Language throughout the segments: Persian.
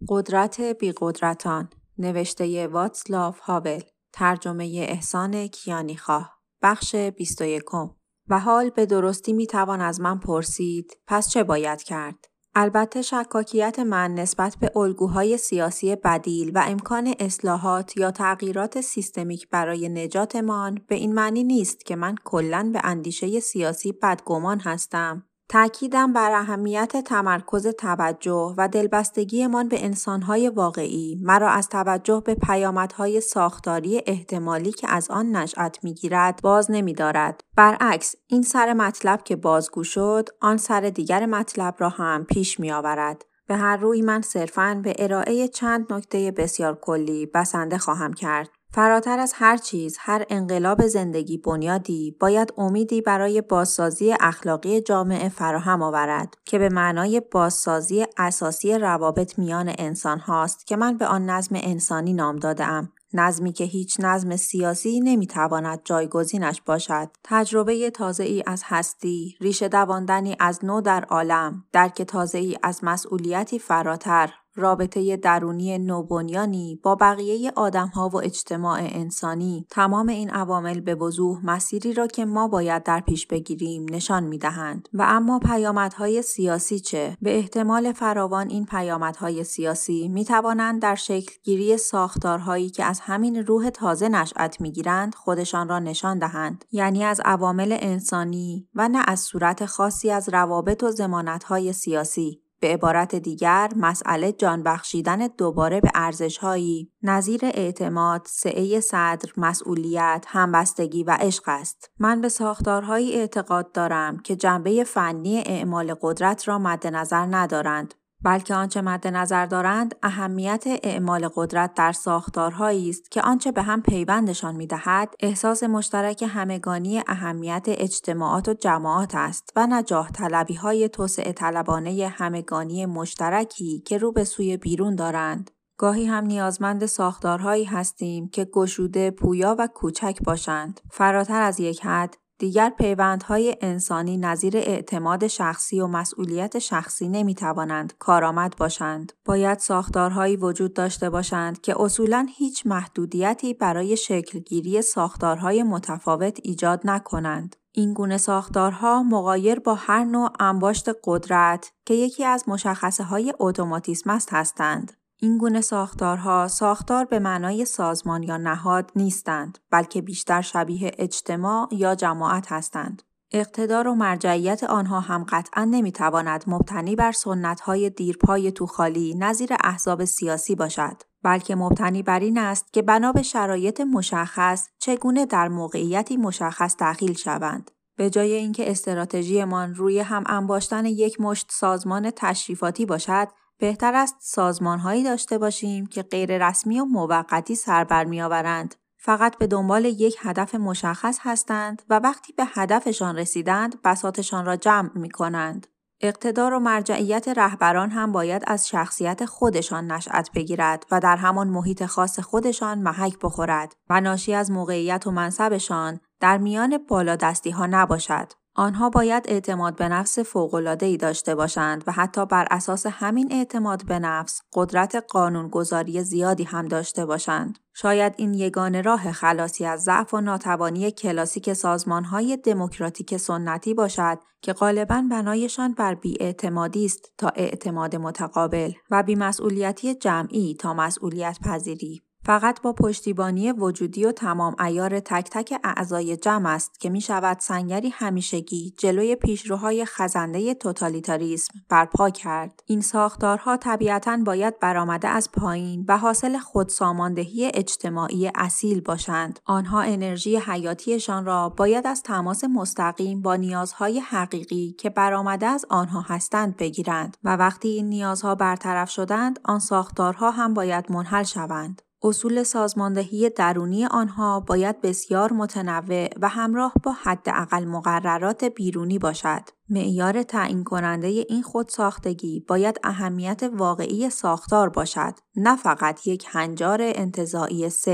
قدرت بی‌قدرتان، نوشته واتسلاو هاول، ترجمه احسان کیانیخواه، بخش 21. و حال به درستی میتوان از من پرسید پس چه باید کرد؟ البته شکاکیت من نسبت به الگوهای سیاسی بدیل و امکان اصلاحات یا تغییرات سیستمیک برای نجاتمان به این معنی نیست که من کلاً به اندیشه سیاسی بدگمان هستم. تأکیدم بر اهمیت تمرکز توجه و دلبستگیمان به انسانهای واقعی مرا از توجه به پیامدهای ساختاری احتمالی که از آن نشأت می‌گیرد باز نمی‌دارد. برعکس، این سر مطلب که بازگو شد، آن سر دیگر مطلب را هم پیش می‌آورد. به هر روی من صرفاً به ارائه چند نکته بسیار کلی بسنده خواهم کرد. فراتر از هر چیز، هر انقلاب زندگی بنیادی باید امیدی برای بازسازی اخلاقی جامعه فراهم آورد که به معنای بازسازی اساسی روابط میان انسان هاست که من به آن نظم انسانی نام داده‌ام. نظمی که هیچ نظم سیاسی نمیتواند جایگزینش باشد. تجربه تازه‌ای از هستی، ریشه دواندنی از نو در عالم، درک تازه‌ای از مسئولیتی فراتر، رابطه درونی نوبنیانی با بقیه آدم‌ها و اجتماع انسانی، تمام این عوامل به وضوح مسیری را که ما باید در پیش بگیریم نشان می‌دهند. و اما پیامدهای سیاسی چه؟ به احتمال فراوان این پیامدهای سیاسی می‌توانند در شکل‌گیری ساختارهایی که از همین روح تازه نشأت می‌گیرند خودشان را نشان دهند، یعنی از عوامل انسانی و نه از صورت خاصی از روابط و ضمانت‌های سیاسی. به عبارت دیگر، مسئله جان بخشیدن دوباره به ارزش‌هایی نظیر اعتماد، سعه صدر، مسئولیت، همبستگی و عشق است. من به ساختارهایی اعتقاد دارم که جنبه فنی اعمال قدرت را مد نظر ندارند، بلکه آنچه مد نظر دارند اهمیت اعمال قدرت در ساختارهایی است که آنچه به هم پیوندشان می‌دهد احساس مشترک همگانی اهمیت اجتماعات و جماعات است و نه جاه طلبی‌های توسعه طلبانه همگانی مشترکی که رو به سوی بیرون دارند. گاهی هم نیازمند ساختارهایی هستیم که گشوده، پویا و کوچک باشند. فراتر از یک حد، دیگر پیوندهای انسانی نظیر اعتماد شخصی و مسئولیت شخصی نمیتوانند کارآمد باشند. باید ساختارهایی وجود داشته باشند که اصولاً هیچ محدودیتی برای شکلگیری ساختارهای متفاوت ایجاد نکنند. این گونه ساختارها مغایر با هر نوع انباشت قدرت که یکی از مشخصه‌های اتوماتیسم است هستند. این گونه ساختارها ساختار به معنای سازمان یا نهاد نیستند، بلکه بیشتر شبیه اجتماع یا جماعت هستند. اقتدار و مرجعیت آنها هم قطعاً نمیتواند مبتنی بر سنت‌های دیرپای توخالی نظیر احزاب سیاسی باشد، بلکه مبتنی بر این است که بنا به شرایط مشخص چگونه در موقعیتی مشخص دخیل شوند. به جای اینکه استراتژیمان روی هم انباشتن یک مشت سازمان تشریفاتی باشد، بهتر است سازمان‌هایی داشته باشیم که غیر رسمی و موقتی سر برمی‌آورند، فقط به دنبال یک هدف مشخص هستند و وقتی به هدفشان رسیدند بساطشان را جمع می‌کنند. اقتدار و مرجعیت رهبران هم باید از شخصیت خودشان نشأت بگیرد و در همان محیط خاص خودشان محک بخورد و ناشی از موقعیت و منصبشان در میان بالادستی‌ها نباشد. آنها باید اعتماد به نفس فوق‌العاده‌ای داشته باشند و حتی بر اساس همین اعتماد به نفس قدرت قانونگذاری زیادی هم داشته باشند. شاید این یگانه راه خلاصی از ضعف و ناتوانی کلاسیک سازمان‌های دموکراتیک سنتی باشد که غالباً بنایشان بر بی‌اعتمادی است تا اعتماد متقابل و بی‌مسئولیتی جمعی تا مسئولیت پذیری. فقط با پشتیبانی وجودی و تمام عیار تک تک اعضای جمع است که می شود سنگری همیشگی جلوی پیشروهای خزنده توتالیتاریسم برپا کرد. این ساختارها طبیعتاً باید برآمده از پایین و حاصل خودساماندهی اجتماعی اصیل باشند. آنها انرژی حیاتیشان را باید از تماس مستقیم با نیازهای حقیقی که برآمده از آنها هستند بگیرند و وقتی این نیازها برطرف شدند، آن ساختارها هم باید منحل شوند. اصول سازماندهی درونی آنها باید بسیار متنوع و همراه با حداقل مقررات بیرونی باشد. معیار تعیین کننده این خودساختگی باید اهمیت واقعی ساختار باشد، نه فقط یک هنجار انتزاعی صرف.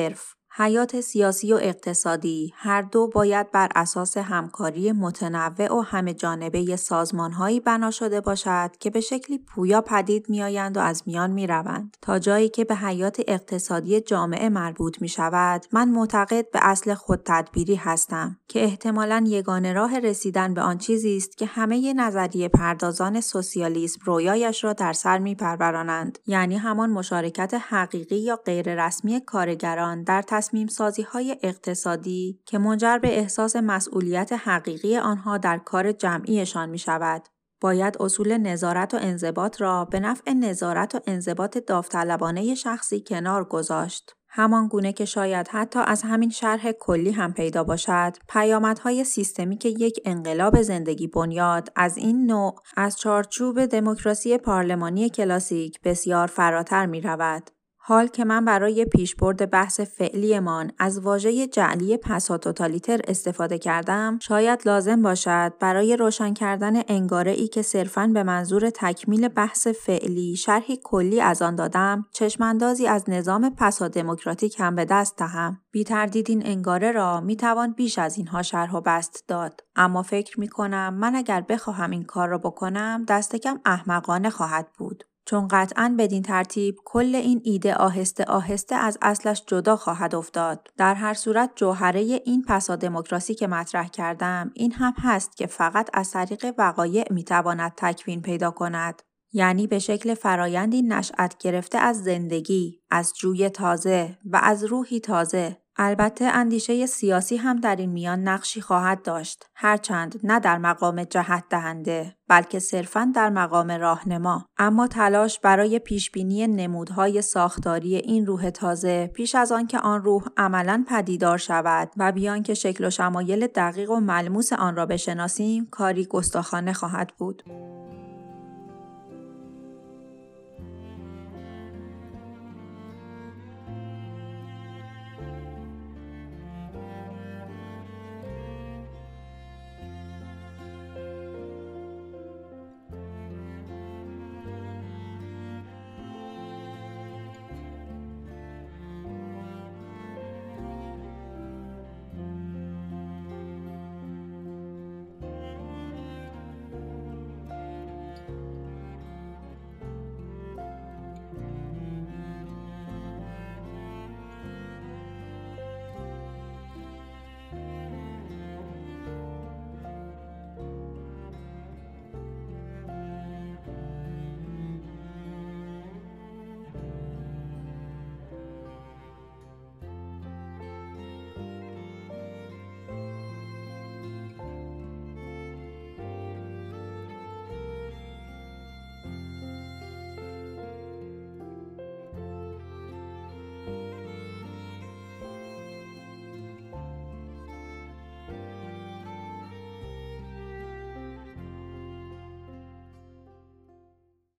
حیات سیاسی و اقتصادی هر دو باید بر اساس همکاری متنوع و همه‌جانبه سازمان‌هایی بنا شده باشد که به شکلی پویا پدید می‌آیند و از میان می‌روند. تا جایی که به حیات اقتصادی جامعه مربوط می‌شود، من معتقد به اصل خودتدبیری هستم که احتمالاً یگانه راه رسیدن به آن چیزی است که همه نظریه پردازان سوسیالیسم رویایش را در سر می‌پرورانند، یعنی همان مشارکت حقیقی یا غیر رسمی کارگران در تصمیم سازی های اقتصادی که منجر به احساس مسئولیت حقیقی آنها در کار جمعیشان می شود. باید اصول نظارت و انضباط را به نفع نظارت و انضباط داوطلبانه شخصی کنار گذاشت. همان گونه که شاید حتی از همین شرح کلی هم پیدا باشد، پیامدهای سیستمی که یک انقلاب زندگی بنیاد از این نوع از چارچوب دموکراسی پارلمانی کلاسیک بسیار فراتر می رود. حال که من برای پیشبرد بحث فعلیمان از واژه جعلی پساتوتالیتر استفاده کردم، شاید لازم باشد برای روشن کردن انگاره‌ای که صرفاً به منظور تکمیل بحث فعلی شرحی کلی از آن دادم، چشماندازی از نظام پسادموکراتیک هم به دست دهم. بی تردید این انگاره را می توان بیش از اینها شرح و بسط داد، اما فکر می کنم من اگر بخواهم این کار را بکنم دست کم احمقانه خواهد بود. چون قطعاً بدین ترتیب کل این ایده آهسته آهسته از اصلش جدا خواهد افتاد. در هر صورت جوهره این پسادموکراسی که مطرح کردم این هم هست که فقط از طریق وقایع میتواند تکوین پیدا کند. یعنی به شکل فرایندی نشأت گرفته از زندگی، از جوی تازه و از روحی تازه. البته اندیشه سیاسی هم در این میان نقشی خواهد داشت، هرچند نه در مقام جهت دهنده، بلکه صرفاً در مقام راهنما. اما تلاش برای پیشبینی نمودهای ساختاری این روح تازه پیش از آن که آن روح عملاً پدیدار شود و بیان که شکل و شمایل دقیق و ملموس آن را بشناسیم، کاری گستاخانه خواهد بود.